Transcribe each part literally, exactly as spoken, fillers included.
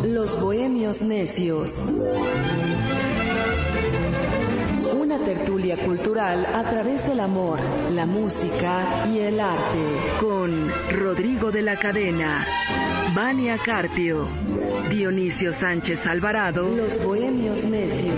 Los Bohemios Necios. Una tertulia cultural a través del amor, la música y el arte. Con Rodrigo de la Cadena, Vania Carpio, Dionisio Sánchez Alvarado. Los Bohemios Necios.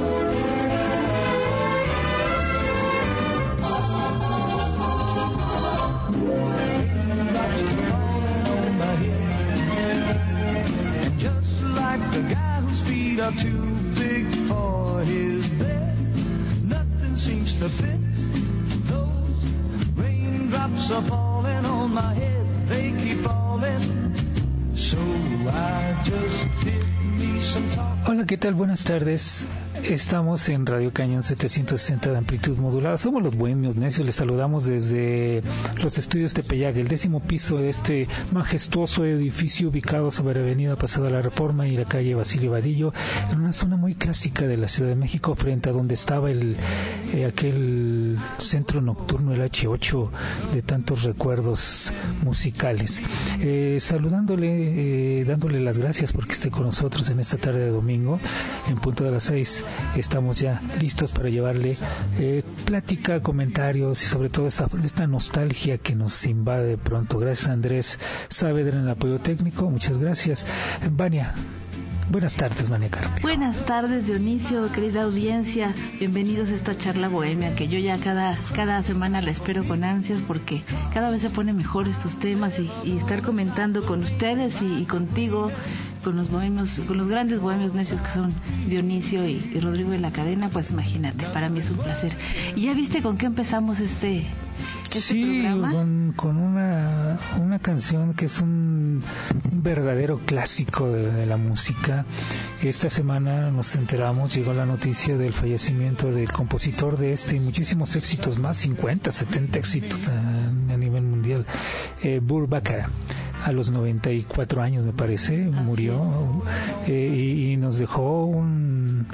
Are too big for his bed. Nothing seems to fit. Those raindrops are falling on my head. They keep falling. So I just did me some talk. Hola, ¿qué tal? Buenas tardes. Estamos en Radio Cañón setecientos sesenta de amplitud modulada. Somos los Bohemios Necios. Les saludamos desde los estudios Tepeyac, el décimo piso de este majestuoso edificio ubicado sobre la avenida Pasada la Reforma y la calle Basilio Vadillo, en una zona muy clásica de la Ciudad de México, frente a donde estaba el eh, aquel centro nocturno, el H ocho, de tantos recuerdos musicales. Eh, saludándole, eh, dándole las gracias porque esté con nosotros en esta tarde de domingo, en punto de las seis. Estamos ya listos para llevarle eh, plática, comentarios y sobre todo esta, esta nostalgia que nos invade de pronto. Gracias a Andrés Saavedra en el apoyo técnico. Muchas gracias. Vania. Buenas tardes, Vania Carpio. Buenas tardes, Dionisio, querida audiencia. Bienvenidos a esta charla bohemia que yo ya cada cada semana la espero con ansias porque cada vez se pone mejor estos temas y, y estar comentando con ustedes y, y contigo, con los bohemios, con los grandes bohemios necios que son Dionisio y, y Rodrigo de la Cadena, pues imagínate, para mí es un placer. ¿Y ya viste con qué empezamos este, este sí, programa? Con, con una, una canción que es un, un verdadero clásico de, de la música. Esta semana nos enteramos, llegó la noticia del fallecimiento del compositor de este y muchísimos éxitos más, cincuenta, setenta éxitos a, a nivel mundial, eh, Burt Bacharach. A los noventa y cuatro años, me parece, murió eh, y, y nos dejó un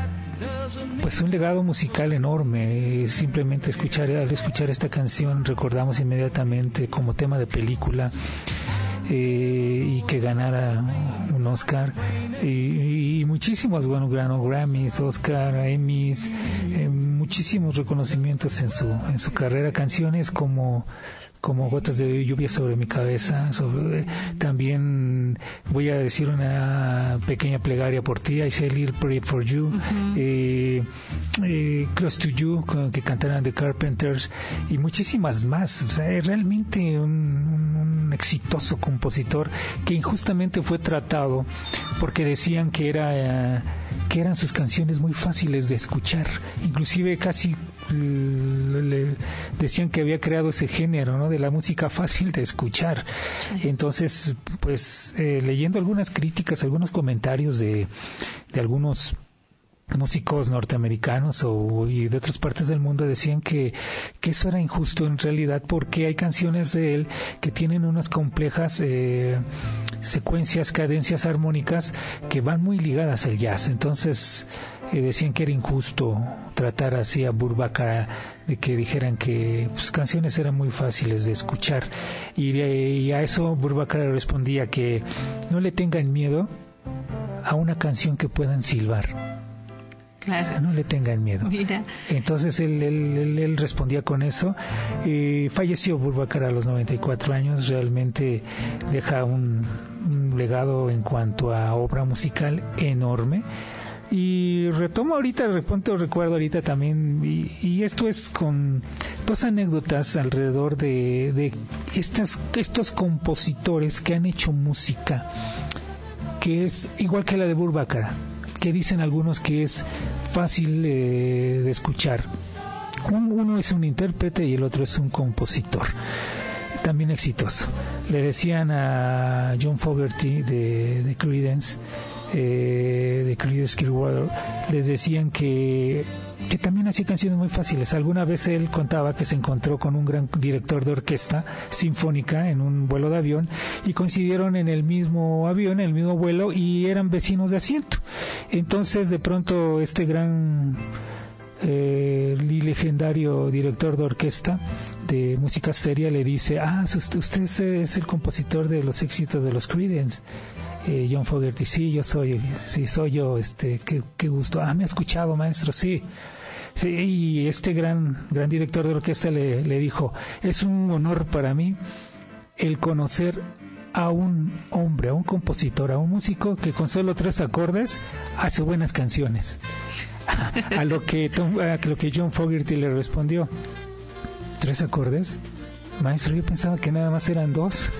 pues un legado musical enorme. Eh, simplemente escuchar al escuchar esta canción recordamos inmediatamente como tema de película. Eh, y que ganara un Oscar y, y muchísimos, bueno, ganó Grammys, Oscar, Emmys, eh, muchísimos reconocimientos en su en su carrera. Canciones como como Gotas de lluvia sobre mi cabeza, sobre, también voy a decir una pequeña plegaria por ti, I Say a Little Prayer for You, uh-huh. eh, eh, Close to You, que cantaron The Carpenters y muchísimas más. O sea, realmente un, un exitoso compositor que injustamente fue tratado porque decían que era que eran sus canciones muy fáciles de escuchar, inclusive casi le, le decían que había creado ese género, ¿no?, de la música fácil de escuchar. Entonces, pues eh, leyendo algunas críticas, algunos comentarios de, de algunos músicos norteamericanos o y de otras partes del mundo decían que, que eso era injusto en realidad, porque hay canciones de él que tienen unas complejas eh, secuencias, cadencias armónicas que van muy ligadas al jazz. Entonces eh, decían que era injusto tratar así a Burt Bacharach, de que dijeran que sus pues, canciones eran muy fáciles de escuchar, y, y a eso Burt Bacharach respondía que no le tengan miedo a una canción que puedan silbar. Claro. O sea, no le tengan miedo. Mira. Entonces él, él, él, él respondía con eso. Eh, falleció Burt Bacharach a los noventa y cuatro años. Realmente deja un, un legado en cuanto a obra musical enorme. Y retomo ahorita, de pronto recuerdo ahorita también, y, y esto es con dos anécdotas alrededor de, de estas, estos compositores que han hecho música, que es igual que la de Burt Bacharach, que dicen algunos que es fácil eh, de escuchar. Uno es un intérprete y el otro es un compositor, también exitoso. Le decían a John Fogerty de, de Creedence, eh, de Creedence Clearwater, les decían que que también hacía canciones muy fáciles. Alguna vez él contaba que se encontró con un gran director de orquesta sinfónica en un vuelo de avión y coincidieron en el mismo avión, en el mismo vuelo, y eran vecinos de asiento. Entonces de pronto este gran eh, el legendario director de orquesta de música seria le dice, ah, usted, usted es, es el compositor de los éxitos de los Creedence. Eh, John Fogerty, sí, yo soy, sí, soy yo, este, qué, qué gusto. Ah, me ha escuchado, maestro, sí. Sí, y este gran, gran director de orquesta le, le dijo, es un honor para mí el conocer a un hombre, a un compositor, a un músico que con solo tres acordes hace buenas canciones. A lo que, Tom, a lo que John Fogerty le respondió, ¿tres acordes? Maestro, yo pensaba que nada más eran dos.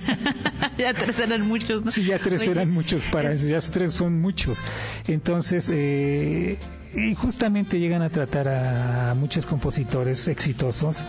Ya tres eran muchos, ¿no? Sí, ya tres Oye. eran muchos para eso, ya tres son muchos. Entonces, eh, y justamente llegan a tratar a muchos compositores exitosos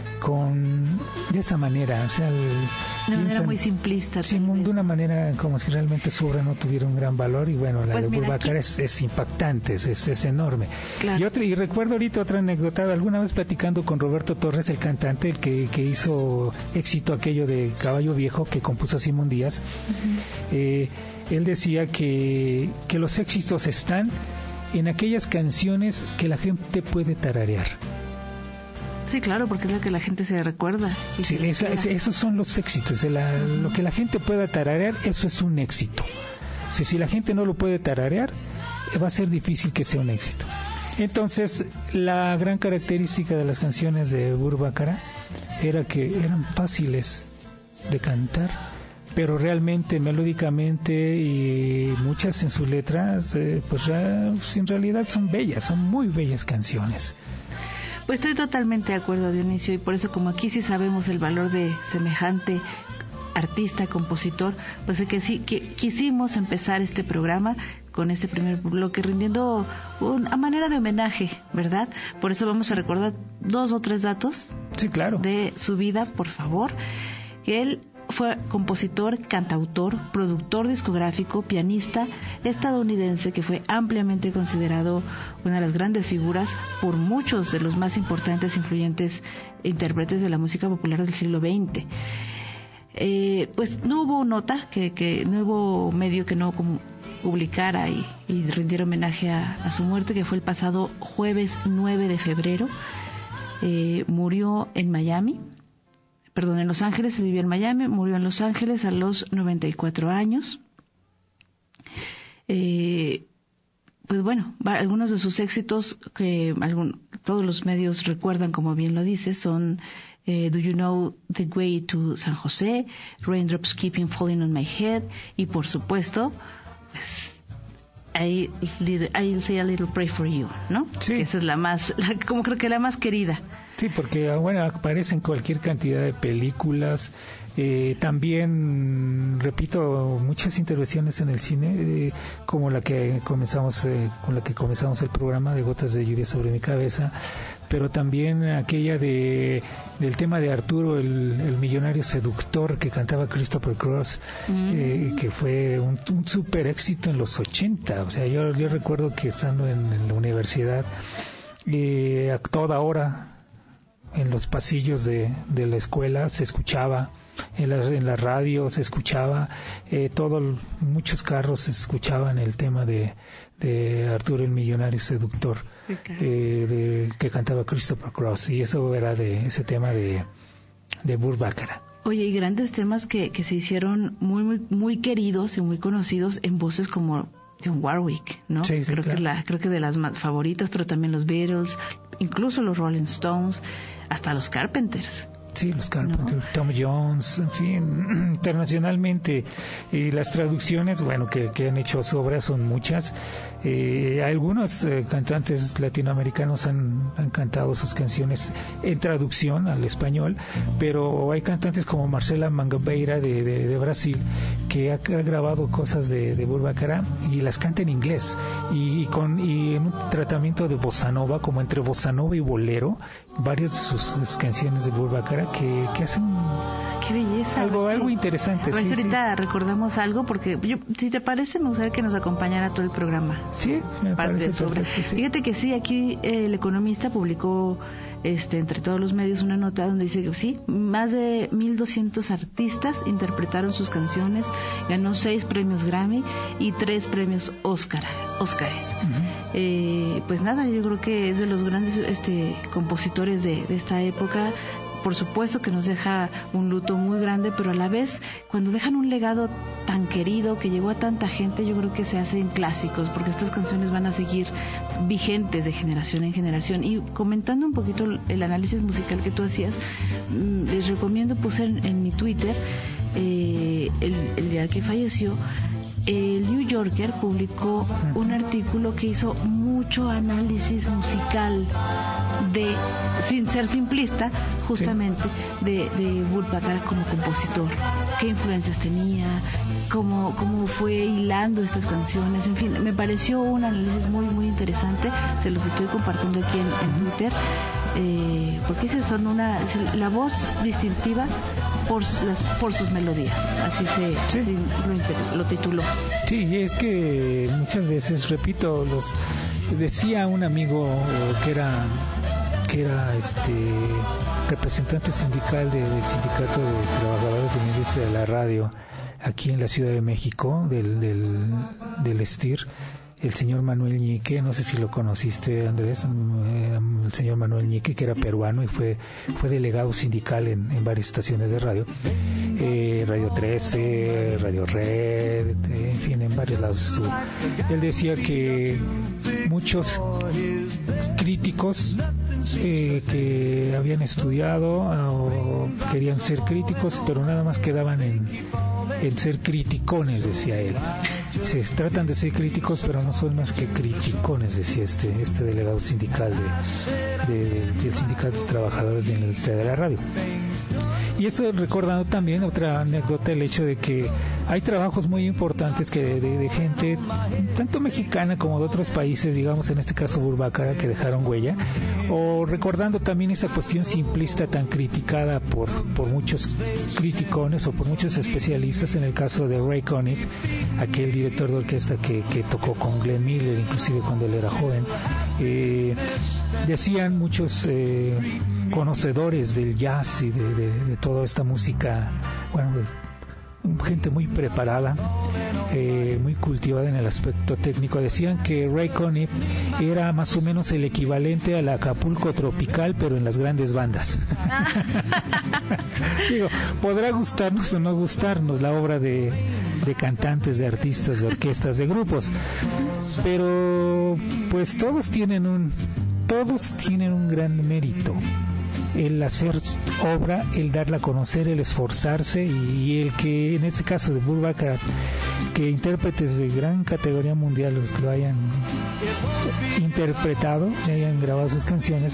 con de esa manera, o sea, el, de una piensan, manera muy simplista. Sí, de una manera como si realmente su obra no tuviera un gran valor, y bueno, la pues de Burbacara es, es impactante, es, es, es enorme. Claro. Y, otro, y recuerdo ahorita otra anécdota, alguna vez platicando con Roberto Torres, el cantante, el que, que hizo éxito aquello de Caballo Viejo, que compuso Simón Díaz, uh-huh. eh, él decía que, que los éxitos están en aquellas canciones que la gente puede tararear. Sí, claro, porque es lo que la gente se recuerda. Y sí, se esa, esa, esos son los éxitos. De la, lo que la gente pueda tararear, eso es un éxito. Si, si la gente no lo puede tararear, va a ser difícil que sea un éxito. Entonces, la gran característica de las canciones de Burbacara era que eran fáciles de cantar, pero realmente melódicamente y muchas en sus letras, eh, pues ya, en realidad son bellas, son muy bellas canciones. Pues estoy totalmente de acuerdo, Dionisio, y por eso, como aquí sí sabemos el valor de semejante artista, compositor, pues es que sí que quisimos empezar este programa con este primer bloque rindiendo un, a manera de homenaje, ¿verdad? Por eso vamos a recordar dos o tres datos sí, claro. de su vida, por favor. Que él fue compositor, cantautor, productor discográfico, pianista estadounidense que fue ampliamente considerado una de las grandes figuras por muchos de los más importantes e influyentes intérpretes de la música popular del siglo veinte. Eh, pues no hubo nota, que, que no hubo medio que no publicara y, y rindiera homenaje a, a su muerte, que fue el pasado jueves nueve de febrero. Eh, murió en Miami. Perdón, en Los Ángeles, él vivía en Miami, murió en Los Ángeles a los noventa y cuatro años. Eh, pues bueno, algunos de sus éxitos que algún, todos los medios recuerdan, como bien lo dice, son eh, Do You Know the Way to San José, Raindrops Keeping Falling on My Head, y por supuesto, pues, I, I'll Say a Little Pray for You, ¿no? Sí. Que esa es la más, la, como creo que la más querida. Sí, porque bueno, aparece en cualquier cantidad de películas. Eh, también, repito, muchas intervenciones en el cine, eh, como la que comenzamos, eh, con la que comenzamos el programa de Gotas de Lluvia sobre mi cabeza, pero también aquella de del tema de Arturo, el, el millonario seductor que cantaba Christopher Cross, mm. eh, que fue un, un super éxito en los ochenta. O sea, yo, yo recuerdo que estando en, en la universidad, eh, a toda hora, en los pasillos de, de la escuela se escuchaba, en la, en la radio se escuchaba, eh, todo, muchos carros se escuchaban el tema de, de Arturo el millonario seductor, okay. eh, de, que cantaba Christopher Cross, y eso era de ese tema de, de Burbacara. Oye, y grandes temas que, que se hicieron muy, muy, muy queridos y muy conocidos en voces como John Warwick, ¿no? Sí, sí, creo claro. que es la, creo que de las más favoritas, pero también los Beatles, incluso los Rolling Stones, hasta los Carpenters. Sí, los Carpenters, ¿no? Tom Jones, en fin, internacionalmente. Y las traducciones, bueno, que, que han hecho su obra son muchas. Eh, algunos eh, cantantes latinoamericanos han, han cantado sus canciones en traducción al español, pero hay cantantes como Marcela Mangabeira de, de, de Brasil, que ha, ha grabado cosas de, de Burbacara y las canta en inglés, y, y, con, y en un tratamiento de bossa nova, como entre bossa nova y bolero, varias de sus, sus canciones de Burbacara que, que hacen qué belleza, algo, sí. algo interesante. A ver si sí, ahorita sí. recordamos algo, porque yo, si te parece, me gustaría que nos acompañara todo el programa. Sí, me Parte parece sobre. perfecto, sí. Fíjate que sí, aquí eh, el Economista publicó este, entre todos los medios una nota donde dice que sí, más de mil doscientos artistas interpretaron sus canciones, ganó seis premios Grammy y tres premios Oscar, Óscares. Uh-huh. Eh, pues nada, yo creo que es de los grandes este, compositores de, de esta época. Por supuesto que nos deja un luto muy grande, pero a la vez, cuando dejan un legado tan querido que llegó a tanta gente, yo creo que se hacen clásicos, porque estas canciones van a seguir vigentes de generación en generación. Y comentando un poquito el análisis musical que tú hacías, les recomiendo, puse en, en mi Twitter, eh, el, el día que falleció, el New Yorker publicó un artículo que hizo mucho análisis musical de, sin ser simplista, justamente sí. de, de Burt Bacharach como compositor, qué influencias tenía, cómo, cómo fue hilando estas canciones, en fin, me pareció un análisis muy muy interesante, se los estoy compartiendo aquí en, en Twitter, eh, porque esas son una, la voz distintiva por las por sus melodías, así se sí. así lo, lo tituló. Sí, es que muchas veces, repito, los decía un amigo que era que era este representante sindical de, del sindicato de trabajadores de la industria de la radio aquí en la Ciudad de México, del del, del S T I R, el señor Manuel Ñique, no sé si lo conociste, Andrés, el señor Manuel Ñique, que era peruano y fue fue delegado sindical en, en varias estaciones de radio, eh, Radio trece, Radio Red, en fin, en varios lados. Él decía que muchos críticos eh, que habían estudiado o querían ser críticos, pero nada más quedaban en, en ser criticones, decía él. Se tratan de ser críticos, pero no son más que criticones, decía este este delegado sindical de, de, del sindicato de trabajadores de la industria de la radio. Y eso recordando también otra anécdota, el hecho de que hay trabajos muy importantes que de, de, de gente tanto mexicana como de otros países, digamos en este caso Burt Bacharach, que dejaron huella, o recordando también esa cuestión simplista tan criticada por, por muchos criticones o por muchos especialistas, en el caso de Ray Conniff, aquel director de orquesta que, que tocó con Glenn Miller inclusive cuando él era joven. Eh, decían muchos eh, conocedores del jazz y de, de, de toda esta música, bueno, gente muy preparada, eh, muy cultivada en el aspecto técnico, decían que Ray Conniff era más o menos el equivalente al Acapulco tropical, pero en las grandes bandas. Digo, podrá gustarnos o no gustarnos la obra de, de cantantes, de artistas, de orquestas, de grupos, pero pues todos tienen un todos tienen un gran mérito, el hacer obra, el darla a conocer, el esforzarse, y, y el que en este caso de Burt Bacharach, que intérpretes de gran categoría mundial los lo hayan interpretado, hayan grabado sus canciones,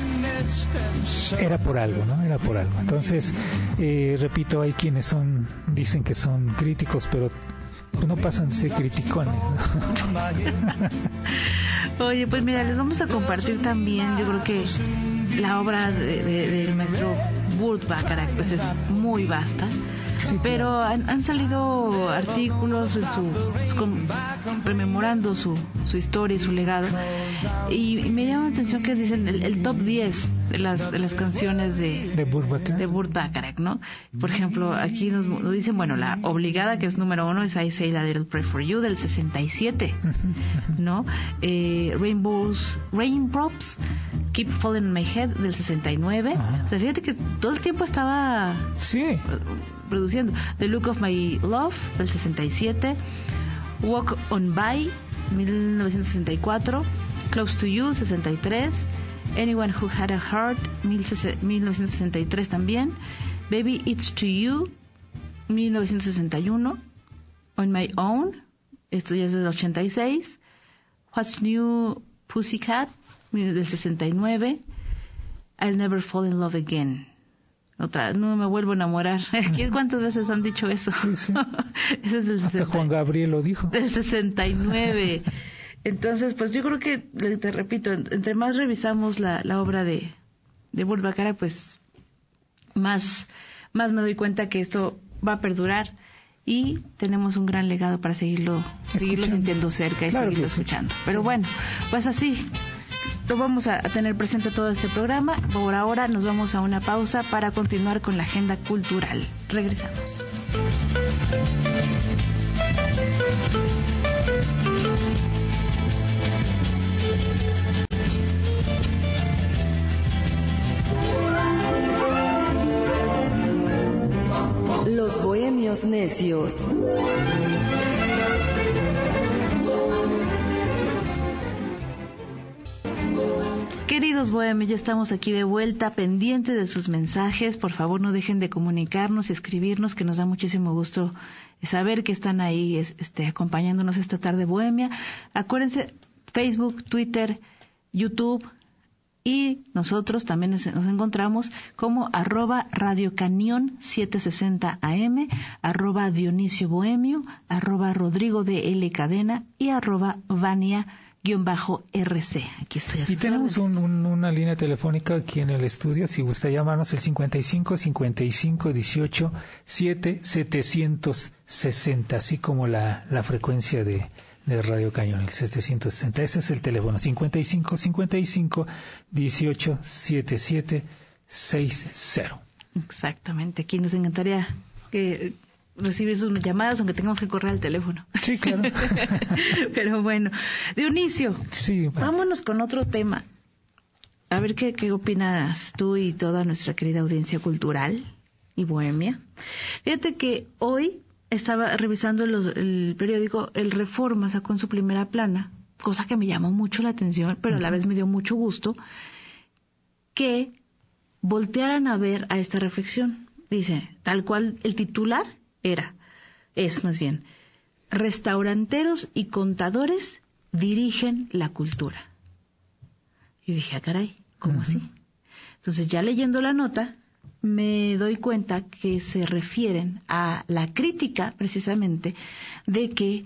era por algo, ¿no? Era por algo. Entonces, eh, repito, hay quienes son dicen que son críticos, pero no pasan de ser criticones, ¿no? Oye, pues mira, les vamos a compartir también, yo creo que la obra de, de, del maestro Burt Bacharach pues es muy vasta, sí, pero claro. han, han salido artículos en su, con, rememorando su, su historia y su legado, y, y me llama la atención que dicen el, el top diez de las de las canciones de, de Burt Bacharach, de Burt Bacharach, ¿no? Por ejemplo, aquí nos, nos dicen, bueno, la obligada, que es número uno, es I Say a Little Prayer for You del sesenta y siete, ¿no? Eh, Rainbows, Raindrops Keep Falling on My Head del sesenta y nueve. Ajá. O sea, fíjate que todo el tiempo estaba sí. produciendo. The Look of My Love del sesenta y siete, Walk On By mil novecientos sesenta y cuatro, Close to You sesenta y tres, Anyone Who Had a Heart mil novecientos sesenta y tres también, Baby It's To You mil novecientos sesenta y uno, On My Own, esto ya es del ochenta y seis, What's New Pussycat del sesenta y nueve, I'll Never Fall in Love Again. Otra, no me vuelvo a enamorar. ¿Cuántas veces han dicho eso? Sí, sí. Ese es del Hasta sesenta, Juan Gabriel lo dijo. Del sesenta y nueve. Entonces, pues yo creo que, te repito, entre más revisamos la, la obra de, de Burt Bacharach, pues más, más me doy cuenta que esto va a perdurar y tenemos un gran legado para seguirlo, seguirlo sintiendo cerca y claro seguirlo escuchando. Sí. Pero bueno, pues así, lo vamos a tener presente todo este programa. Por ahora nos vamos a una pausa para continuar con la agenda cultural. Regresamos. Los bohemios necios. Queridos bohemios, ya estamos aquí de vuelta, pendientes de sus mensajes. Por favor, no dejen de comunicarnos y escribirnos, que nos da muchísimo gusto saber que están ahí este, acompañándonos esta tarde bohemia. Acuérdense, Facebook, Twitter, YouTube, y nosotros también nos encontramos como arroba Radio Cañón setecientos sesenta A M, arroba Dionisio Bohemio, arroba Rodrigo de L. Cadena y arroba Vania guión bajo R C. Aquí estoy a sus Y tenemos un, un, una línea telefónica aquí en el estudio, si gusta llamarnos, el cincuenta y cinco, cincuenta y cinco, dieciocho, siete, setecientos sesenta, así como la, la frecuencia de, de Radio Cañón, el setecientos sesenta. Ese es el teléfono, cincuenta y cinco, cincuenta y cinco, dieciocho, setenta y siete, sesenta. Exactamente, aquí nos encantaría que recibir sus llamadas, aunque tengamos que correr al teléfono. Sí, claro. Pero bueno, Dionisio, sí, bueno. Vámonos con otro tema. A ver qué, qué opinas tú y toda nuestra querida audiencia cultural y bohemia. Fíjate que hoy estaba revisando los, el periódico El Reforma, sacó en su primera plana, cosa que me llamó mucho la atención, pero a la vez me dio mucho gusto, que voltearan a ver a esta reflexión. Dice, tal cual el titular era, es más bien, restauranteros y contadores dirigen la cultura. Y dije, ah, caray, ¿cómo uh-huh. así? Entonces, ya leyendo la nota, me doy cuenta que se refieren a la crítica, precisamente, de que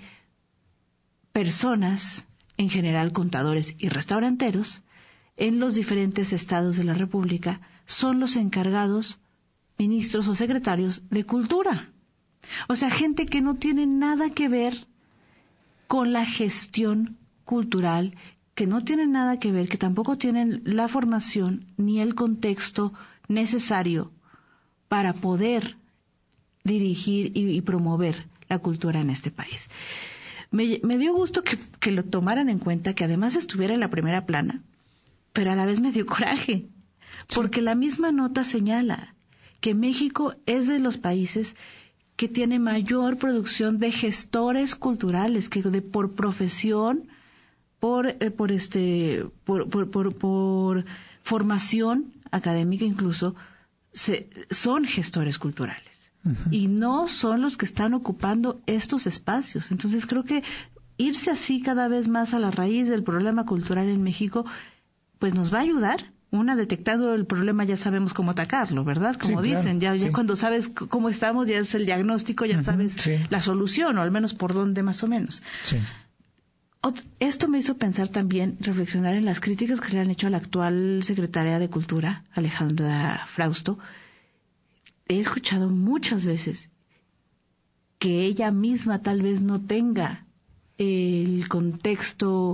personas, en general contadores y restauranteros, en los diferentes estados de la República, son los encargados, ministros o secretarios de cultura. O sea, gente que no tiene nada que ver con la gestión cultural, que no tienen nada que ver, que tampoco tienen la formación ni el contexto necesario para poder dirigir y, y promover la cultura en este país. Me, me dio gusto que, que lo tomaran en cuenta, que además estuviera en la primera plana, pero a la vez me dio coraje, porque la misma nota señala que México es de los países que tiene mayor producción de gestores culturales, que de, por profesión, por, eh, por este, por, por, por, por formación académica incluso, se, son gestores culturales. Uh-huh. Y no son los que están ocupando estos espacios. Entonces creo que irse así cada vez más a la raíz del problema cultural en México, pues nos va a ayudar. Una, detectando el problema ya sabemos cómo atacarlo, ¿verdad? Como sí, dicen, claro, ya, sí. ya cuando sabes c- cómo estamos, ya es el diagnóstico, ya uh-huh, sabes sí. la solución, o al menos por dónde más o menos. Sí. Ot- esto me hizo pensar también, reflexionar en las críticas que le han hecho a la actual secretaria de Cultura, Alejandra Frausto. He escuchado muchas veces que ella misma tal vez no tenga el contexto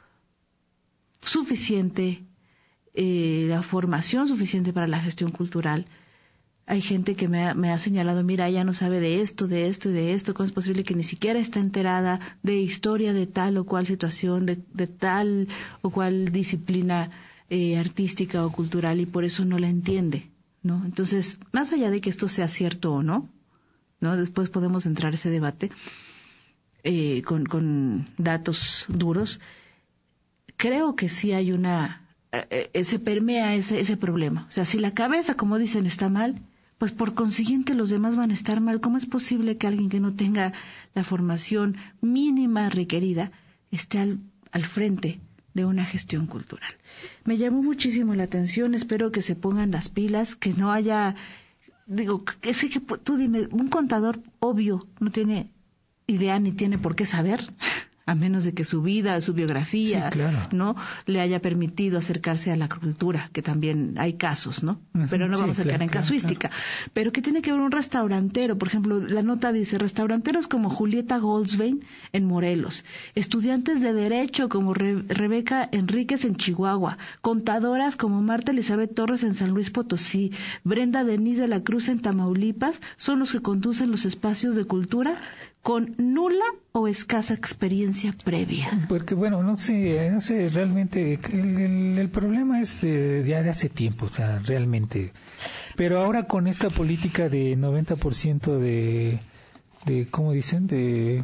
suficiente, Eh, la formación suficiente para la gestión cultural. Hay gente que me ha, me ha señalado, mira, ella no sabe de esto, de esto y de esto, ¿cómo es posible que ni siquiera está enterada de historia de tal o cual situación, de, de tal o cual disciplina eh, artística o cultural, y por eso no la entiende, ¿no? Entonces, más allá de que esto sea cierto o no, ¿no? Después podemos entrar a ese debate eh, con, con datos duros. Creo que sí hay una Eh, se permea ese, ese problema. O sea, si la cabeza, como dicen, está mal, pues por consiguiente los demás van a estar mal. ¿Cómo es posible que alguien que no tenga la formación mínima requerida esté al, al frente de una gestión cultural? Me llamó muchísimo la atención, espero que se pongan las pilas, que no haya, digo, es que tú dime, un contador obvio no tiene idea ni tiene por qué saber a menos de que su vida, su biografía, sí, claro, no le haya permitido acercarse a la cultura, que también hay casos, ¿no? Uh-huh, pero no sí, vamos a quedar claro, en claro, casuística. Claro. Pero que tiene que ver un restaurantero, por ejemplo, la nota dice, restauranteros como Julieta Goldsvein en Morelos, estudiantes de Derecho como Re- Rebeca Enríquez en Chihuahua, contadoras como Marta Elizabeth Torres en San Luis Potosí, Brenda Denise de la Cruz en Tamaulipas, son los que conducen los espacios de cultura con nula o escasa experiencia previa. Porque bueno, no sé, no sé realmente, el, el, el problema es de, ya de hace tiempo, o sea, realmente. Pero ahora con esta política de noventa por ciento de, de, ¿cómo dicen? De...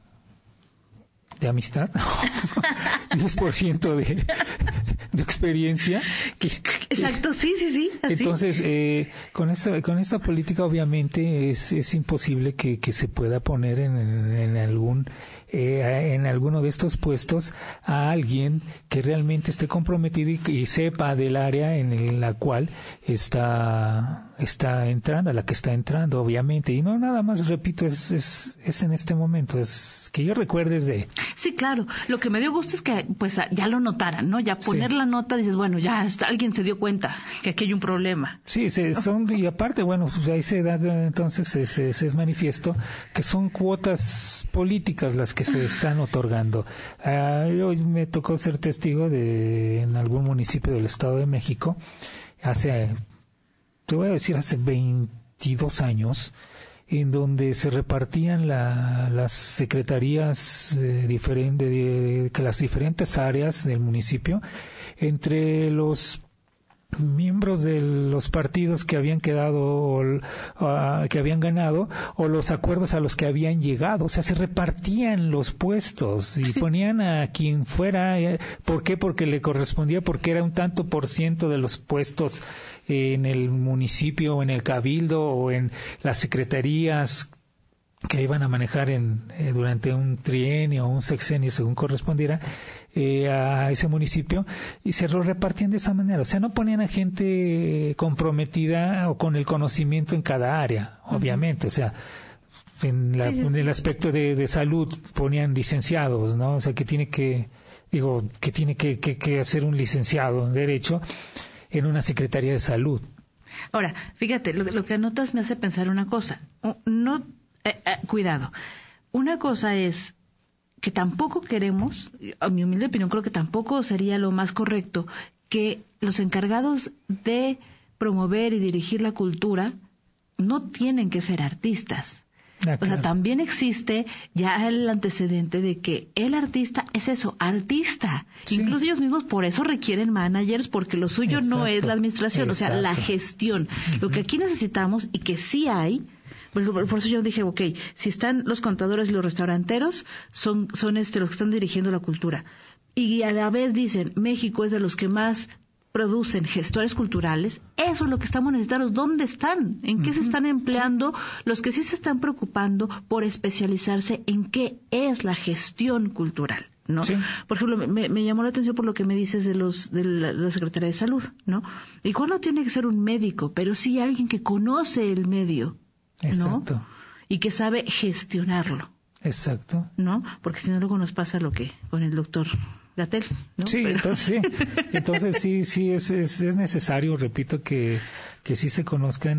de amistad, diez por ciento de, de experiencia. Exacto, sí, sí, sí. Así. Entonces, eh, con esta con esta política obviamente es, es imposible que, que se pueda poner en, en, en algún eh, en alguno de estos puestos a alguien que realmente esté comprometido y, y sepa del área en la cual está está entrando, a la que está entrando, obviamente. Y no nada más, repito, es es, es en este momento, es que yo recuerde de... Sí, claro. Lo que me dio gusto es que pues ya lo notaran, ¿no? Ya poner sí. la nota, dices, bueno, ya está, alguien se dio cuenta que aquí hay un problema. Sí, se, son, y aparte, bueno, pues ahí se da, entonces se, se, se es manifiesto que son cuotas políticas las que se están otorgando. Uh, yo me tocó ser testigo de en algún municipio del Estado de México, hace, te voy a decir, hace veintidós años, en donde se repartían la, las secretarías eh, diferentes, de, que las diferentes áreas del municipio entre los miembros de los partidos que habían quedado o, uh, que habían ganado o los acuerdos a los que habían llegado, o sea, se repartían los puestos y ponían a quien fuera. eh, ¿por qué? Porque le correspondía, porque era un tanto por ciento de los puestos en el municipio o en el cabildo o en las secretarías que iban a manejar en, eh, durante un trienio o un sexenio, según correspondiera, eh, a ese municipio, y se lo repartían de esa manera. O sea, no ponían a gente comprometida o con el conocimiento en cada área, uh-huh. obviamente. O sea, en, la, sí, sí. en el aspecto de, de salud ponían licenciados, ¿no? O sea, que tiene que, digo, que tiene que, que, que hacer un licenciado en Derecho en una Secretaría de Salud. Ahora, fíjate, lo, lo que anotas me hace pensar una cosa. No... Eh, eh, cuidado. Una cosa es que tampoco queremos, a mi humilde opinión creo que tampoco sería lo más correcto que los encargados de promover y dirigir la cultura no tienen que ser artistas. Ah, claro. O sea, también existe ya el antecedente de que el artista es eso, artista. Sí. Incluso ellos mismos por eso requieren managers, porque lo suyo Exacto. no es la administración, Exacto. o sea, la gestión. Uh-huh. Lo que aquí necesitamos y que sí hay. Por, por eso yo dije, ok, si están los contadores y los restauranteros, son, son este los que están dirigiendo la cultura. Y a la vez dicen, México es de los que más producen gestores culturales. Eso es lo que estamos necesitando. ¿Dónde están? ¿En qué uh-huh. se están empleando? Sí. Los que sí se están preocupando por especializarse en qué es la gestión cultural, ¿no? Sí. Por ejemplo, me, me llamó la atención por lo que me dices de los de la, de la Secretaría de Salud, ¿no? Igual no tiene que ser un médico, pero sí alguien que conoce el medio. Exacto. ¿No? Y que sabe gestionarlo. Exacto. ¿No? Porque si no luego nos pasa lo que con el doctor Gatell, ¿no? Sí, Pero... entonces sí, entonces sí, sí es, es, es necesario, repito, que, que sí se conozcan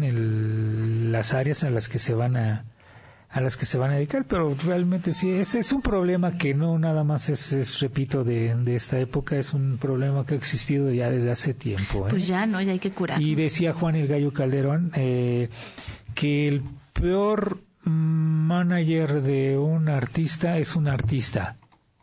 el, las áreas a las que se van a a las que se van a dedicar, pero realmente sí, es, es un problema que no nada más es, es repito, de, de esta época, es un problema que ha existido ya desde hace tiempo. ¿eh? Pues ya, ¿no? Ya hay que curar. Y decía Juan el Gallo Calderón, eh, que el peor manager de un artista es un artista.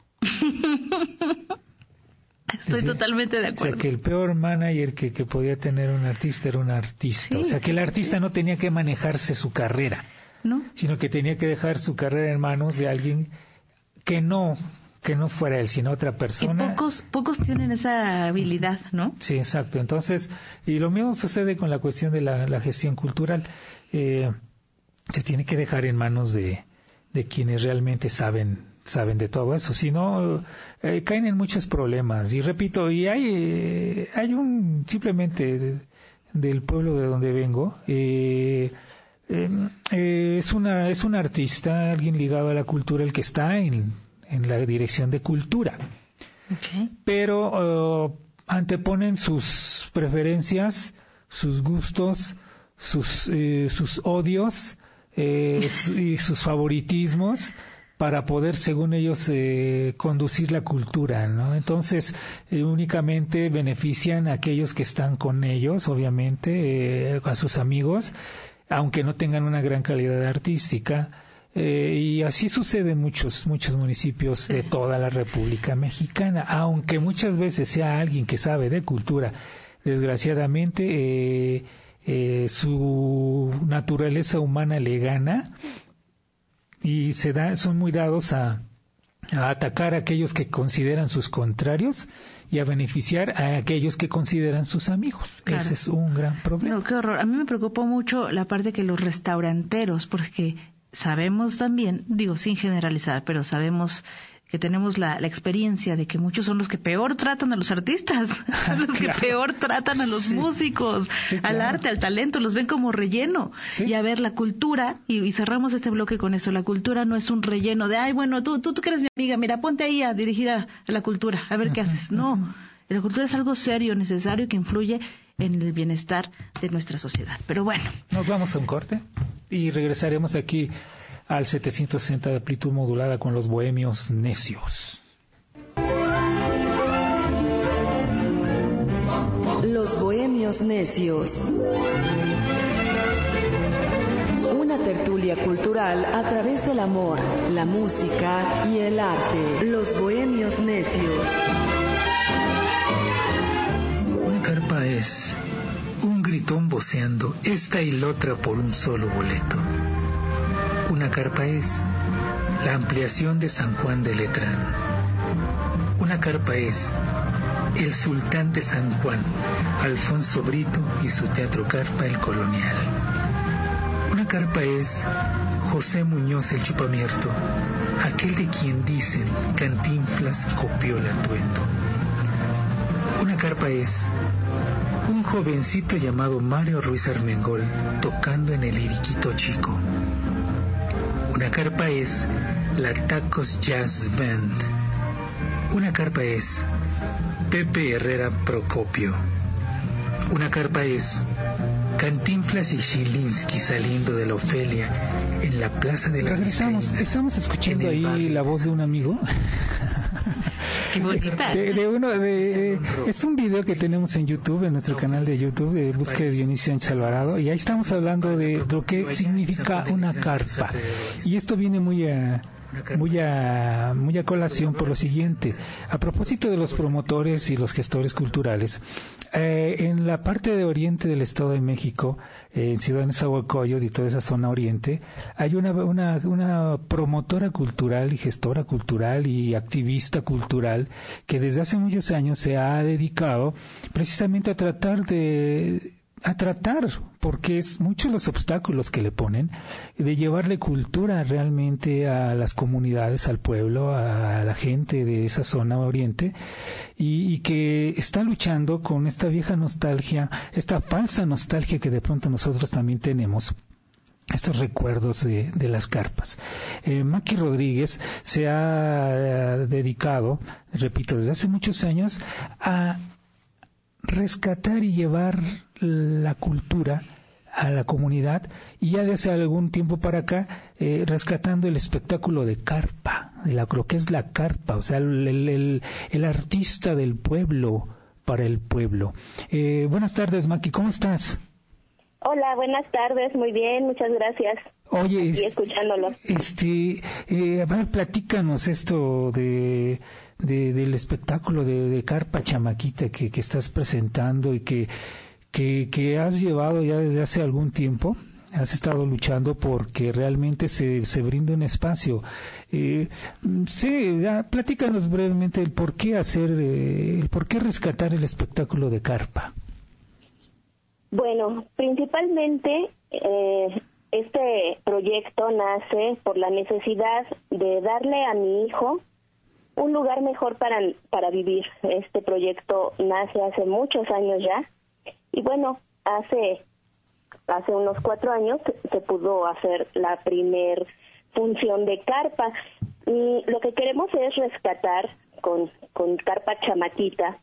Estoy sí, totalmente de acuerdo. O sea, que el peor manager que, que podía tener un artista era un artista. Sí, o sea, que el artista sí. no tenía que manejarse su carrera, ¿no? Sino que tenía que dejar su carrera en manos de alguien que no que no fuera él, sino otra persona. Y pocos, pocos tienen esa habilidad, ¿no? Sí, exacto. Entonces, y lo mismo sucede con la cuestión de la, la gestión cultural. Eh, se tiene que dejar en manos de, de quienes realmente saben saben de todo eso. Si no, eh, caen en muchos problemas. Y repito, y hay eh, hay un, simplemente de, del pueblo de donde vengo, eh, eh, eh, es una es un artista, alguien ligado a la cultura, el que está en en la dirección de cultura. Okay. Pero uh, anteponen sus preferencias, sus gustos, sus, eh, sus odios eh, y sus favoritismos para poder, según ellos, eh, conducir la cultura, ¿no? Entonces, eh, únicamente benefician a aquellos que están con ellos, obviamente, eh, a sus amigos, aunque no tengan una gran calidad artística. Eh, y así sucede en muchos, muchos municipios de toda la República Mexicana, aunque muchas veces sea alguien que sabe de cultura. Desgraciadamente, eh, eh, su naturaleza humana le gana y se da, son muy dados a, a atacar a aquellos que consideran sus contrarios y a beneficiar a aquellos que consideran sus amigos. Claro. Ese es un gran problema. No, qué horror. A mí me preocupó mucho la parte que los restauranteros, porque sabemos también, digo sin generalizar, pero sabemos que tenemos la, la experiencia de que muchos son los que peor tratan a los artistas, son los claro. que peor tratan a los sí. músicos, sí, claro. al arte, al talento, los ven como relleno. ¿Sí? Y a ver, la cultura, y, y cerramos este bloque con esto, la cultura no es un relleno de, ay, bueno, tú, tú, tú que eres mi amiga, mira, ponte ahí a dirigir a, a la cultura, a ver uh-huh, qué haces. No, uh-huh. la cultura es algo serio, necesario, que influye en el bienestar de nuestra sociedad. Pero bueno. Nos vamos a un corte y regresaremos aquí al setecientos sesenta de amplitud modulada con los bohemios necios. Los bohemios necios. Una tertulia cultural a través del amor, la música y el arte. Los bohemios necios. Una carpa es un gritón voceando esta y la otra por un solo boleto. Una carpa es la ampliación de San Juan de Letrán. Una carpa es el sultán de San Juan, Alfonso Brito y su teatro carpa El Colonial. Una carpa es José Muñoz el Chupamierto, aquel de quien dicen Cantinflas copió el atuendo. Una carpa es un jovencito llamado Mario Ruiz Armengol tocando en el Iriquito Chico. Una carpa es la Tacos Jazz Band. Una carpa es Pepe Herrera Procopio. Una carpa es Cantinflas y Chilinski saliendo de la Ofelia en la Plaza de las Regresamos, estamos escuchando ahí la voz de un amigo. Qué bonita. De, de uno, de, es un video que tenemos en YouTube, en nuestro canal de YouTube, de Búsqueda de Dionisio Sánchez Alvarado, y ahí estamos hablando de lo que significa una carpa. Y esto viene muy a... Muy a, muy a colación por lo siguiente. A propósito de los promotores y los gestores culturales, eh, en la parte de oriente del Estado de México, eh, en Ciudad Nezahualcóyotl y toda esa zona oriente, hay una, una, una promotora cultural y gestora cultural y activista cultural que desde hace muchos años se ha dedicado precisamente a tratar de a tratar, porque es muchos los obstáculos que le ponen, de llevarle cultura realmente a las comunidades, al pueblo, a la gente de esa zona oriente, y, y que está luchando con esta vieja nostalgia, esta falsa nostalgia que de pronto nosotros también tenemos, estos recuerdos de, de las carpas. Eh, Maki Rodríguez se ha eh, dedicado, repito, desde hace muchos años, a rescatar y llevar la cultura a la comunidad, y ya de hace algún tiempo para acá eh, rescatando el espectáculo de carpa, de la, lo que es la carpa, o sea, el, el, el artista del pueblo para el pueblo. Eh, buenas tardes, Maki, ¿cómo estás? Hola, buenas tardes, muy bien, muchas gracias. Oye, y escuchándolo. Este, eh, a ver, platícanos esto de De, del espectáculo de, de carpa chamaquita que, que estás presentando y que, que, que has llevado ya desde hace algún tiempo. Has estado luchando porque realmente se, se brinde un espacio. Eh, sí, ya, platícanos brevemente el por qué hacer, eh, el por qué rescatar el espectáculo de carpa. Bueno, principalmente eh, este proyecto nace por la necesidad de darle a mi hijo un lugar mejor para, para vivir. Este proyecto nace hace muchos años ya, y bueno, hace hace unos cuatro años se pudo hacer la primer función de carpa. Y lo que queremos es rescatar con, con Carpa Chamaquita,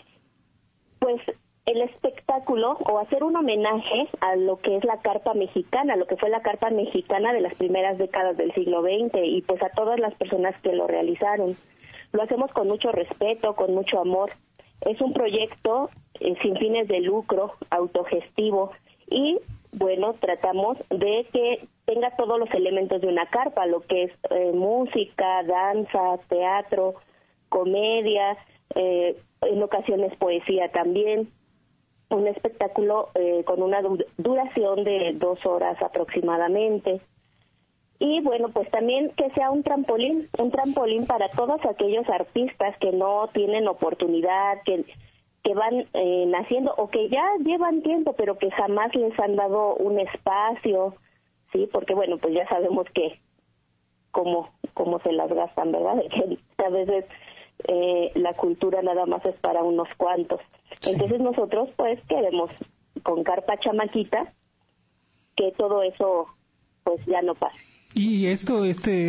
pues el espectáculo o hacer un homenaje a lo que es la carpa mexicana, lo que fue la carpa mexicana de las primeras décadas del siglo veinte y pues a todas las personas que lo realizaron. Lo hacemos con mucho respeto, con mucho amor. Es un proyecto eh, sin fines de lucro, autogestivo y bueno, tratamos de que tenga todos los elementos de una carpa, lo que es eh, música, danza, teatro, comedia, eh, en ocasiones poesía también. Un espectáculo eh, con una du- duración de dos horas aproximadamente. Y bueno, pues también que sea un trampolín, un trampolín para todos aquellos artistas que no tienen oportunidad, que, que van eh, naciendo o que ya llevan tiempo, pero que jamás les han dado un espacio, ¿sí? Porque bueno, pues ya sabemos que cómo, cómo se las gastan, ¿verdad? De que a veces eh, la cultura nada más es para unos cuantos. Entonces nosotros pues queremos con Carpa Chamaquita que todo eso pues ya no pase. Y esto, este,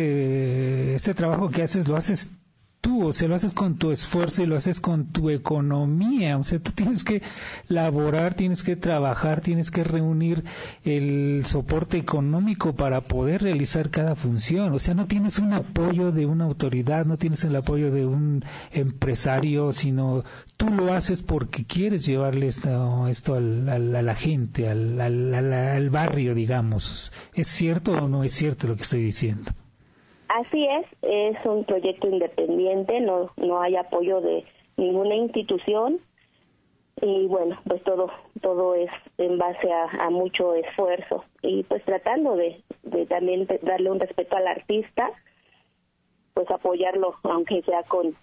este, este trabajo que haces, lo haces tú, o sea, lo haces con tu esfuerzo y lo haces con tu economía, o sea, tú tienes que laborar, tienes que trabajar, tienes que reunir el soporte económico para poder realizar cada función, o sea, no tienes un apoyo de una autoridad, no tienes el apoyo de un empresario, sino tú lo haces porque quieres llevarle esto, esto al, al, a la gente, al, al, al, al barrio, digamos. ¿Es cierto o no es cierto lo que estoy diciendo? Así es, es un proyecto independiente, no no hay apoyo de ninguna institución y bueno, pues todo todo es en base a, a mucho esfuerzo y pues tratando de, de también darle un respeto al artista, pues apoyarlo aunque sea con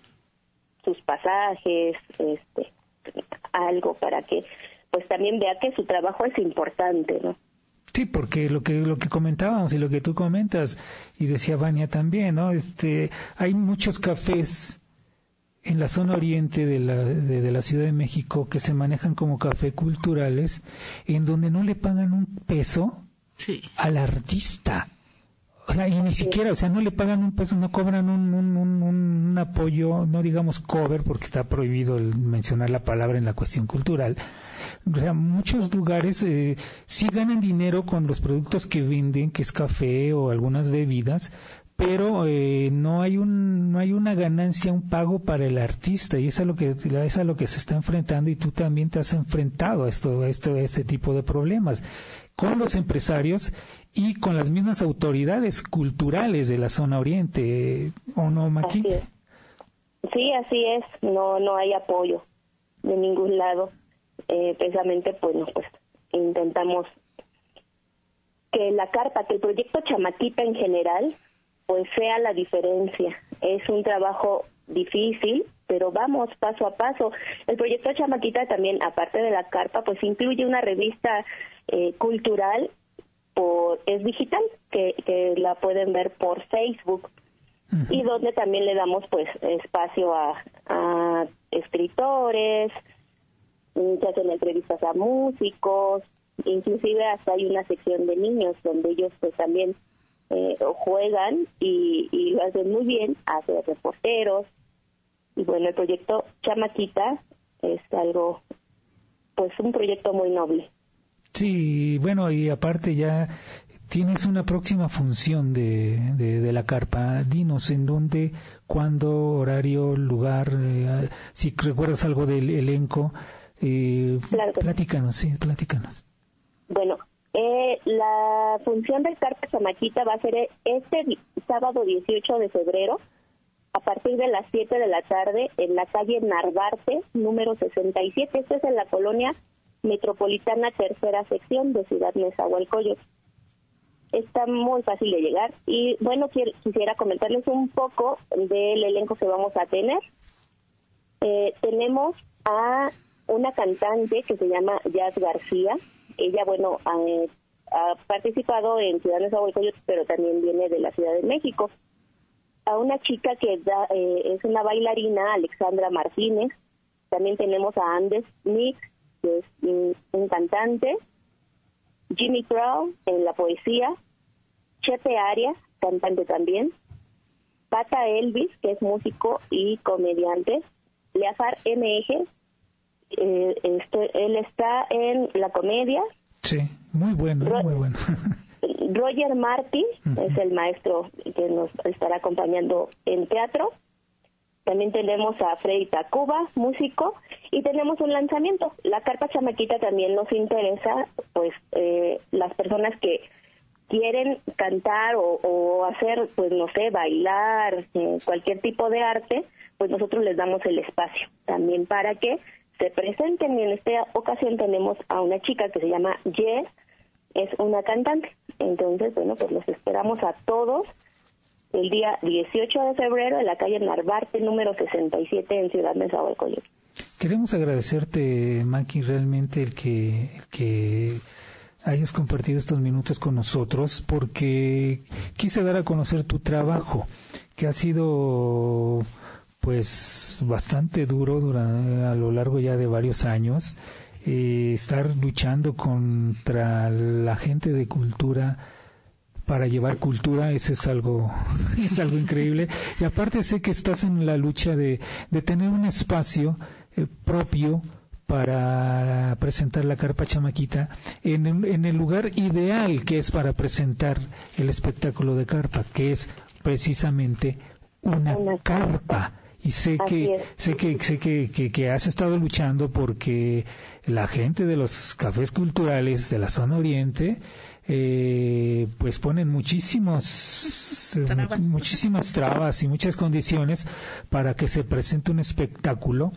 sus pasajes, este algo para que pues también vea que su trabajo es importante, ¿no? Sí, porque lo que lo que comentábamos y lo que tú comentas y decía Vania también, ¿no? Este, hay muchos cafés en la zona oriente de la de, de la Ciudad de México que se manejan como café culturales, en donde no le pagan un peso sí. al artista. O sea, y ni siquiera, o sea, no le pagan un peso, no cobran un, un, un, un apoyo, no digamos cover, porque está prohibido el mencionar la palabra en la cuestión cultural. O sea, muchos lugares eh, sí ganan dinero con los productos que venden, que es café o algunas bebidas, pero eh, no hay un no hay una ganancia, un pago para el artista, y eso es lo que es a lo que se está enfrentando, y tú también te has enfrentado a esto, a esto, a este tipo de problemas con los empresarios y con las mismas autoridades culturales de la zona oriente, ¿o no, Maki? Así es. Sí, así es, no no hay apoyo de ningún lado. Eh, precisamente, bueno, pues intentamos que la carpa, que el proyecto Chamaquita en general, pues sea la diferencia. Es un trabajo difícil, pero vamos paso a paso. El proyecto Chamaquita también, aparte de la carpa, pues incluye una revista eh, cultural, por es digital, que, que la pueden ver por Facebook, uh-huh. y donde también le damos pues espacio a, a escritores, se hacen entrevistas a músicos, inclusive hasta hay una sección de niños donde ellos pues también eh, juegan y, y lo hacen muy bien, hacen reporteros. Y bueno, el proyecto Chamaquita es algo, pues un proyecto muy noble. Sí, bueno, y aparte ya tienes una próxima función de, de, de la carpa. Dinos en dónde, cuándo, horario, lugar, eh, si recuerdas algo del elenco. Eh, claro que platícanos, sí, platícanos. Bueno, eh, la función del Carpa Chamaquita va a ser este sábado dieciocho de febrero, a partir de las siete de la tarde, en la calle Narvarte, número sesenta y siete. Esto es en la colonia metropolitana, tercera sección de Ciudad Nezahualcóyotl. Está muy fácil de llegar. Y bueno, quisiera comentarles un poco del elenco que vamos a tener. Eh, tenemos a una cantante que se llama Jazz García. Ella, bueno, ha, ha participado en Ciudad Nezahualcóyotl, pero también viene de la Ciudad de México. A una chica que da, eh, es una bailarina, Alexandra Martínez. También tenemos a Andes Nick, que es un, un cantante. Jimmy Crow en la poesía. Chepe Arias, cantante también. Pata Elvis, que es músico y comediante, Leafar M G, eh, este, él está en la comedia. Sí, muy bueno, Ro- muy bueno. Roger Martí, uh-huh. es el maestro que nos estará acompañando en teatro. También tenemos a Freddy Tacuba, músico, y tenemos un lanzamiento. La Carpa Chamaquita también nos interesa, pues, eh, las personas que quieren cantar o, o hacer, pues, no sé, bailar, eh, cualquier tipo de arte, pues nosotros les damos el espacio también para que se presenten. Y en esta ocasión tenemos a una chica que se llama Jess, es una cantante. Entonces, bueno, pues los esperamos a todos el día dieciocho de febrero en la calle Narvarte, número sesenta y siete, en Ciudad Nezahualcóyotl. Queremos agradecerte, Maki, realmente el que, el que hayas compartido estos minutos con nosotros, porque quise dar a conocer tu trabajo, que ha sido pues bastante duro durante, a lo largo ya de varios años, eh, estar luchando contra la gente de cultura para llevar cultura. Eso es algo es algo increíble, y aparte sé que estás en la lucha de, de tener un espacio eh, propio para presentar la Carpa Chamaquita en el, en el lugar ideal que es para presentar el espectáculo de carpa, que es precisamente una, una carpa. Y sé que sé que sé que, que, que has estado luchando porque la gente de los cafés culturales de la zona oriente eh, pues ponen muchísimos trabas. muchísimas trabas y muchas condiciones para que se presente un espectáculo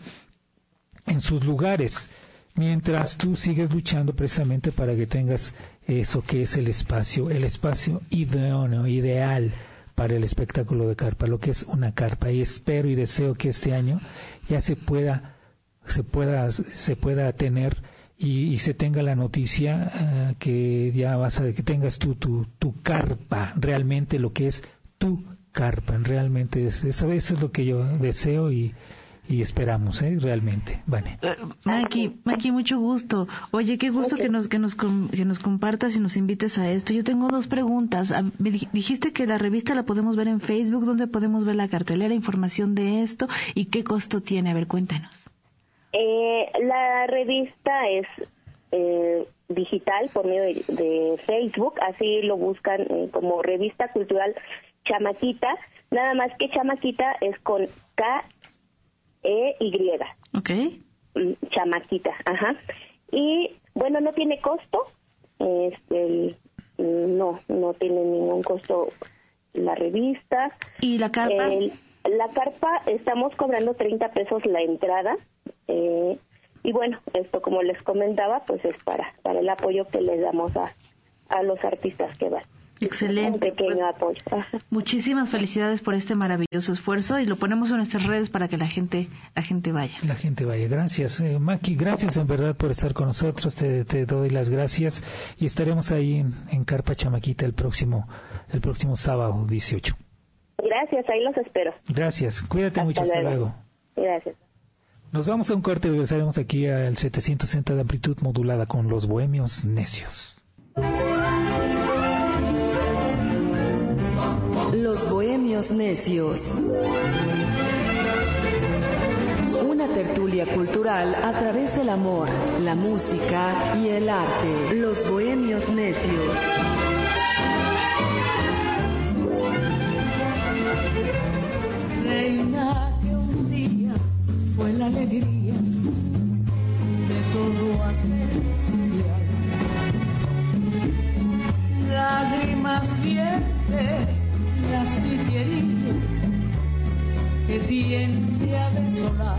en sus lugares, mientras tú sigues luchando precisamente para que tengas eso que es el espacio, el espacio idóneo, ideal para el espectáculo de carpa, lo que es una carpa. Y espero y deseo que este año ya se pueda se pueda se pueda tener y, y se tenga la noticia uh, que ya vas a que tengas tu tu tu carpa, realmente lo que es tu carpa, realmente es, eso, eso es lo que yo deseo y y esperamos, ¿eh? Realmente, vale. Uh, Maki, Maki, mucho gusto. Oye, qué gusto okay. que nos que nos que nos compartas y nos invites a esto. Yo tengo dos preguntas. Me dijiste que la revista la podemos ver en Facebook. ¿Dónde podemos ver la cartelera, información de esto y qué costo tiene? A ver, cuéntanos. Eh, la revista es eh, digital por medio de, de Facebook. Así lo buscan eh, como Revista Cultural Chamaquita. Nada más que Chamaquita es con K E Y. Okay. Chamaquita, ajá. Y bueno, no tiene costo. Este, no, no tiene ningún costo la revista. ¿Y la carpa? El, la carpa estamos cobrando treinta pesos la entrada. Eh, y bueno, esto como les comentaba, pues es para para el apoyo que les damos a, a los artistas que van. Excelente. Un pequeño pues, apoyo. Ajá. Muchísimas felicidades por este maravilloso esfuerzo y lo ponemos en nuestras redes para que la gente la gente vaya. La gente vaya. Gracias, eh, Maki. Gracias en verdad por estar con nosotros. Te, te doy las gracias y estaremos ahí en, en Carpa Chamaquita el próximo el próximo sábado dieciocho. Gracias, ahí los espero. Gracias. Cuídate hasta mucho. Luego. Hasta luego. Gracias. Nos vamos a un corte y regresaremos aquí al setecientos sesenta de amplitud modulada con los Bohemios Necios. Los Bohemios Necios. Una tertulia cultural a través del amor, la música y el arte. Los Bohemios Necios. Reina que un día fue la alegría de todo aquel día. Lágrimas vierte la sitiería que tiende a desolar.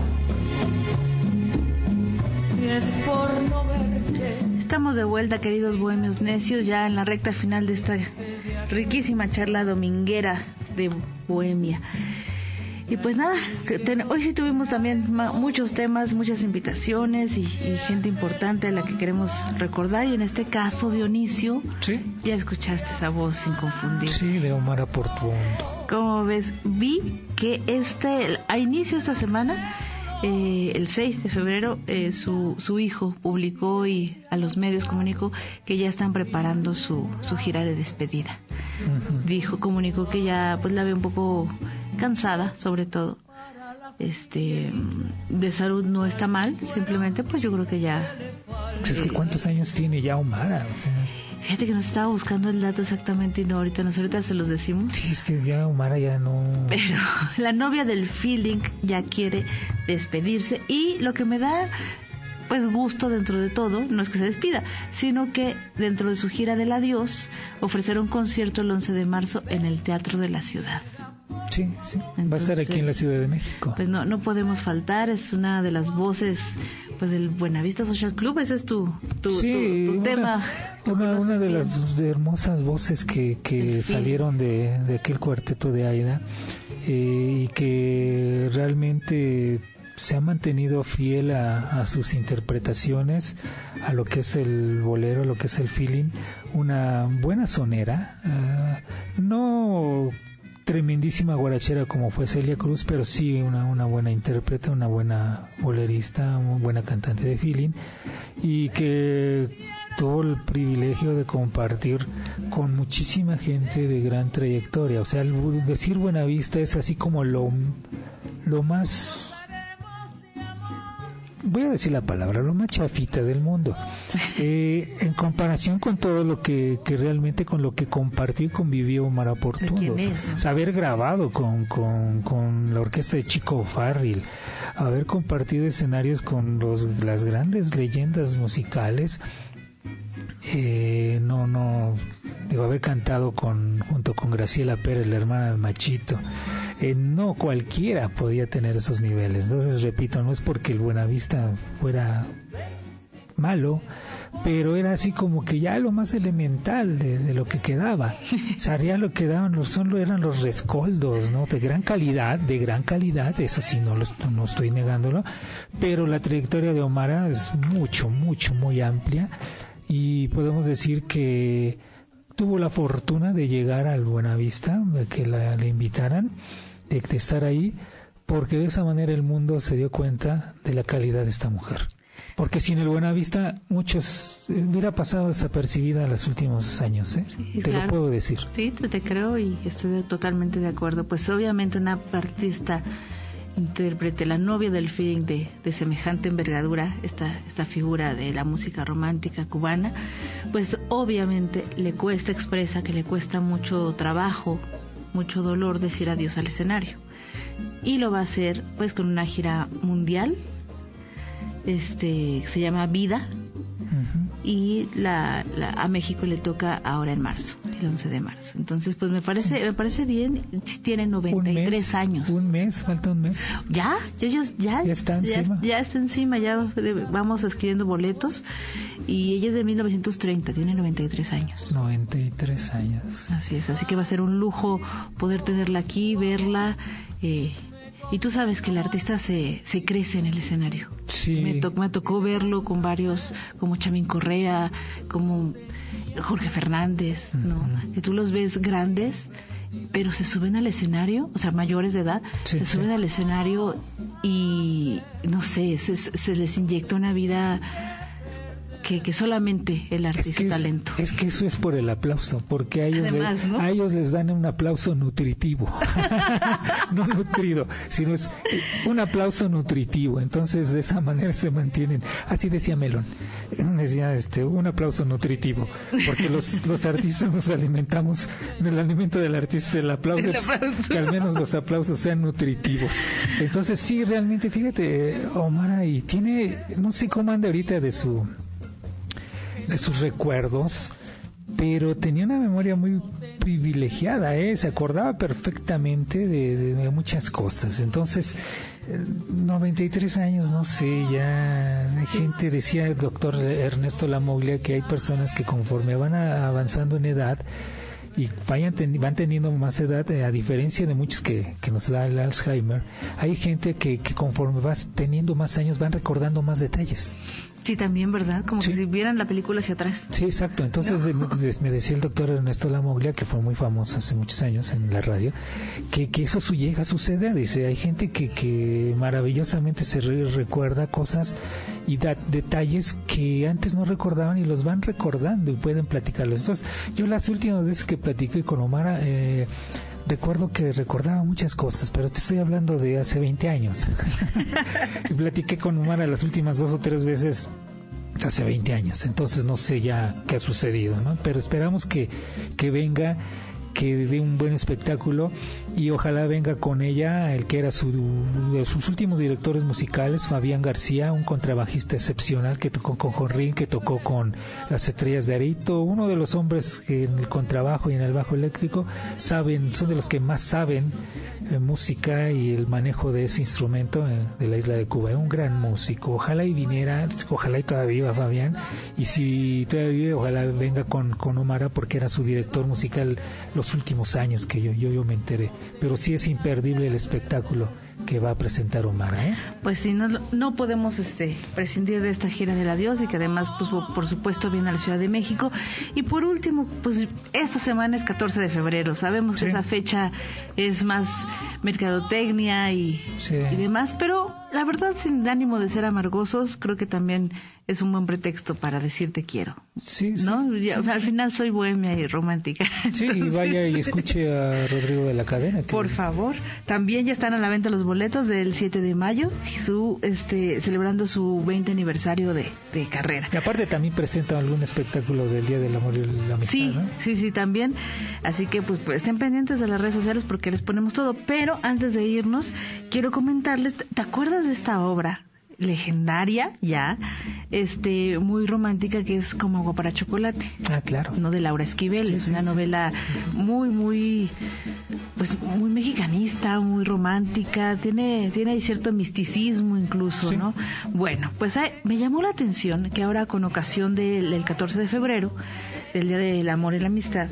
Es por no verte. Estamos de vuelta, queridos Bohemios Necios, ya en la recta final de esta riquísima charla dominguera de Bohemia. Y pues nada, hoy sí tuvimos también muchos temas, muchas invitaciones y, y gente importante a la que queremos recordar. Y en este caso, Dionisio, ¿sí? Ya escuchaste esa voz inconfundible. Sí, de Omar Aportuondo. Como ves, vi que este a inicio de esta semana, eh, el seis de febrero, eh, su, su hijo publicó y a los medios comunicó que ya están preparando su, su gira de despedida. Uh-huh. Dijo, comunicó que ya pues la ve un poco cansada, sobre todo. Este, de salud no está mal, simplemente pues yo creo que ya... Es que ¿cuántos años tiene ya Omara? O sea, fíjate que nos estaba buscando el dato exactamente y no, ahorita, nos, ahorita se los decimos. Sí, es que ya Omara ya no... Pero la novia del feeling ya quiere despedirse y lo que me da pues gusto dentro de todo, no es que se despida, sino que dentro de su gira del adiós ofrecerá un concierto el once de marzo en el Teatro de la Ciudad. Sí, sí. Entonces, va a estar aquí en la Ciudad de México. Pues no, no podemos faltar, es una de las voces pues del Buenavista Social Club, ese es tu, tu, sí, tu, tu una, tema. Una, una de bien. las hermosas voces que, que salieron de, de aquel cuarteto de Aida eh, y que realmente se ha mantenido fiel a, a sus interpretaciones, a lo que es el bolero, a lo que es el feeling, una buena sonera, uh, no tremendísima guarachera como fue Celia Cruz, pero sí una, una buena intérprete, una buena bolerista, una buena cantante de feeling, y que tuvo el privilegio de compartir con muchísima gente de gran trayectoria. O sea, el decir Buenavista es así como lo, lo más... voy a decir la palabra, lo más chafita del mundo, eh, en comparación con todo lo que, que realmente con lo que compartió y convivió Omar Portuondo. Haber grabado con, con, con la orquesta de Chico Farril, haber compartido escenarios con los, las grandes leyendas musicales, eh, no, no, digo, haber cantado con, junto con Graciela Pérez, la hermana de Machito. Eh, no cualquiera podía tener esos niveles. Entonces, repito, no es porque el Buenavista fuera malo, pero era así como que ya lo más elemental de, de lo que quedaba. O sea, ya lo que daban los, son, eran los rescoldos, ¿no? De gran calidad, de gran calidad, eso sí, no, lo, no estoy negándolo, pero la trayectoria de Omara es mucho, mucho, muy amplia, y podemos decir que tuvo la fortuna de llegar al Buenavista, de que la, le invitaran, de, de estar ahí, porque de esa manera el mundo se dio cuenta de la calidad de esta mujer. Porque sin el Buenavista muchos eh, hubiera pasado desapercibida en los últimos años, ¿eh? Sí, te claro. lo puedo decir. Sí, te, te creo y estoy de, totalmente de acuerdo. Pues obviamente una artista, intérprete, la novia del feeling de, de semejante envergadura, esta, esta figura de la música romántica cubana, pues obviamente le cuesta, expresa que le cuesta mucho trabajo, mucho dolor decir adiós al escenario. Y lo va a hacer pues con una gira mundial, este se llama Vida, uh-huh. y la, la, a México le toca ahora en marzo, el once de marzo. Entonces pues me parece me parece bien. Tiene noventa y tres años. Un mes, falta un mes. Ya, ya, ya, ya, ya está encima. Ya, ya está encima, ya vamos adquiriendo boletos. Y ella es de mil novecientos treinta, tiene noventa y tres años. noventa y tres años. Así es, así que va a ser un lujo poder tenerla aquí, verla. Eh, y tú sabes que el artista se, se crece en el escenario. Sí. Me, to, me tocó verlo con varios, como Chamín Correa, como Jorge Fernández, ¿no? Uh-huh. Que tú los ves grandes, pero se suben al escenario, o sea, mayores de edad, sí, se suben sí. al escenario y, no sé, se, se les inyecta una vida que, que solamente el artista es que es, talento. Es que eso es por el aplauso, porque a ellos, Además, le, ¿no? a ellos les dan un aplauso nutritivo, no nutrido, sino es un aplauso nutritivo. Entonces de esa manera se mantienen. Así decía Melón, decía este un aplauso nutritivo, porque los, los artistas nos alimentamos, el alimento del artista es el aplauso, el aplauso. Que al menos los aplausos sean nutritivos. Entonces sí, realmente, fíjate, Omar, y tiene, no sé cómo anda ahorita de su de sus recuerdos, pero tenía una memoria muy privilegiada, ¿eh? Se acordaba perfectamente de, de, de muchas cosas. Entonces, noventa y tres años, no sé, ya hay gente, decía el doctor Ernesto Lamoglia, que hay personas que conforme van a, avanzando en edad y vayan ten, van teniendo más edad, a diferencia de muchos que, que nos da el Alzheimer, hay gente que, que conforme vas teniendo más años van recordando más detalles. Sí, también, ¿verdad? Como sí. que si vieran la película hacia atrás. Sí, exacto. Entonces no. me, me decía el doctor Ernesto Lamoglia, que fue muy famoso hace muchos años en la radio, que, que eso su, llega a suceder. Dice, hay gente que, que maravillosamente se re, recuerda cosas y da detalles que antes no recordaban y los van recordando y pueden platicarlos. Entonces, yo las últimas veces que platiqué con Omar, eh, recuerdo que recordaba muchas cosas, pero te estoy hablando de hace veinte años. Y platiqué con Omar las últimas dos o tres veces hace veinte años, entonces no sé ya qué ha sucedido, ¿no? Pero esperamos que, que venga, que dé un buen espectáculo, y ojalá venga con ella el que era su, de sus últimos directores musicales, Fabián García, un contrabajista excepcional que tocó con Jorrín, que tocó con las Estrellas de Arito, uno de los hombres que en el contrabajo y en el bajo eléctrico saben, son de los que más saben eh, música y el manejo de ese instrumento eh, de la isla de Cuba. Es un gran músico, ojalá y viniera, ojalá y todavía viva Fabián, y si todavía vive, ojalá venga con, con Omar, porque era su director musical los últimos años que yo, yo, yo me enteré. Pero sí es imperdible el espectáculo que va a presentar Omar, ¿eh? Pues sí, no, no podemos este prescindir de esta gira del adiós, y que además, pues por supuesto, viene a la Ciudad de México. Y por último, pues esta semana es catorce de febrero. Sabemos sí. que esa fecha es más mercadotecnia y, sí. y demás, pero la verdad, sin ánimo de ser amargosos, creo que también es un buen pretexto para decir te quiero. Sí, sí, ¿no? Sí, al sí. final soy bohemia y romántica. Sí, entonces... y vaya y escuche a Rodrigo de la Cadena. Que... Por favor. También ya están a la venta los boletos del siete de mayo, su, este, celebrando su veinte aniversario de, de carrera. Y aparte también presenta algún espectáculo del Día del Amor y la Amistad, sí, ¿no? Sí, sí, también. Así que pues, pues estén pendientes de las redes sociales porque les ponemos todo. Pero antes de irnos, quiero comentarles, ¿te acuerdas de esta obra legendaria ya, este, muy romántica, que es Como agua para chocolate? Ah, claro. No, de Laura Esquivel. Sí, es sí, una sí. novela muy, muy, pues muy mexicanista, muy romántica, tiene, tiene ahí cierto misticismo incluso, sí. ¿no? Bueno, pues hay, me llamó la atención que ahora, con ocasión del, del catorce de febrero, del Día del Amor y la Amistad,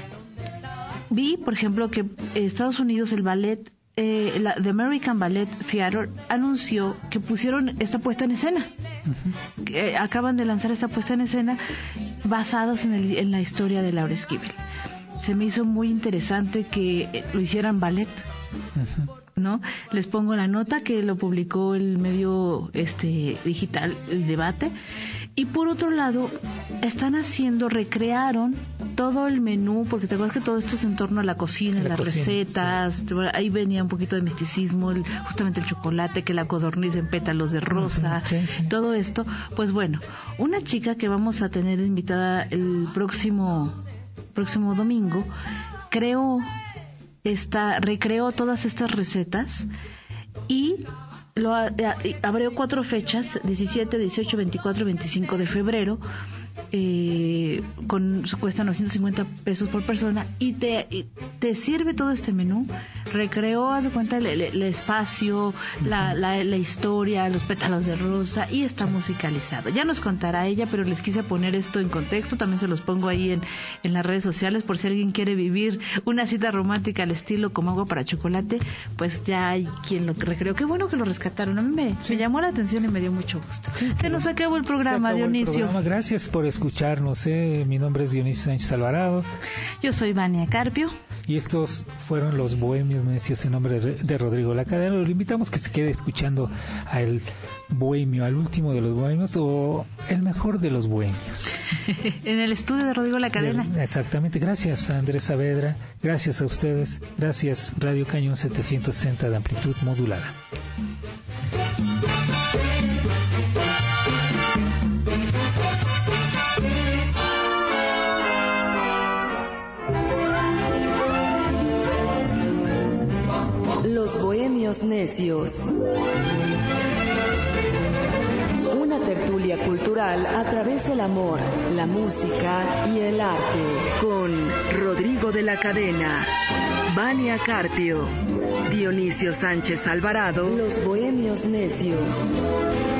vi, por ejemplo, que Estados Unidos, el ballet Eh, la The American Ballet Theater anunció que pusieron esta puesta en escena. Uh-huh. que, eh, acaban de lanzar esta puesta en escena basados en, el, en la historia de Laura Esquivel. Se me hizo muy interesante que eh, lo hicieran ballet. Uh-huh. ¿No? Les pongo la nota que lo publicó el medio este digital, El Debate. Y por otro lado, están haciendo, recrearon todo el menú, porque te acuerdas que todo esto es en torno a la cocina, la las cocina, recetas, sí. Ahí venía un poquito de misticismo, el, justamente el chocolate, que la codorniz en pétalos de rosa, sí, sí. todo esto. Pues bueno, una chica que vamos a tener invitada el próximo próximo domingo, creó esta, recreó todas estas recetas y lo abrió cuatro fechas, diecisiete, dieciocho, veinticuatro, veinticinco de febrero, eh, con cuesta novecientos cincuenta pesos por persona, y te, te sirve todo este menú. Recreó, haz de cuenta, el, el, el espacio, la, la, la historia, los pétalos de rosa, y está musicalizado. Ya nos contará ella, pero les quise poner esto en contexto. También se los pongo ahí en, en las redes sociales, por si alguien quiere vivir una cita romántica al estilo Como agua para chocolate, pues ya hay quien lo recreó. Qué bueno que lo rescataron. A mí me, sí. me llamó la atención y me dio mucho gusto. Sí, se nos acabó el programa, acabó Dionisio. El programa. Gracias por escucharnos. ¿eh? Mi nombre es Dionisio Sánchez Alvarado. Yo soy Vania Carpio. Y estos fueron los Bohemios Necios en nombre de Rodrigo La Cadena. Lo invitamos que se quede escuchando al bohemio, al último de los bohemios, o el mejor de los bohemios. En el estudio de Rodrigo La Cadena. Exactamente. Gracias a Andrés Saavedra. Gracias a ustedes. Gracias Radio Cañón setecientos sesenta de amplitud modulada. Los Bohemios Necios. Una tertulia cultural a través del amor, la música y el arte. Con Rodrigo de la Cadena, Vania Carpio, Dionisio Sánchez Alvarado. Los Bohemios Necios.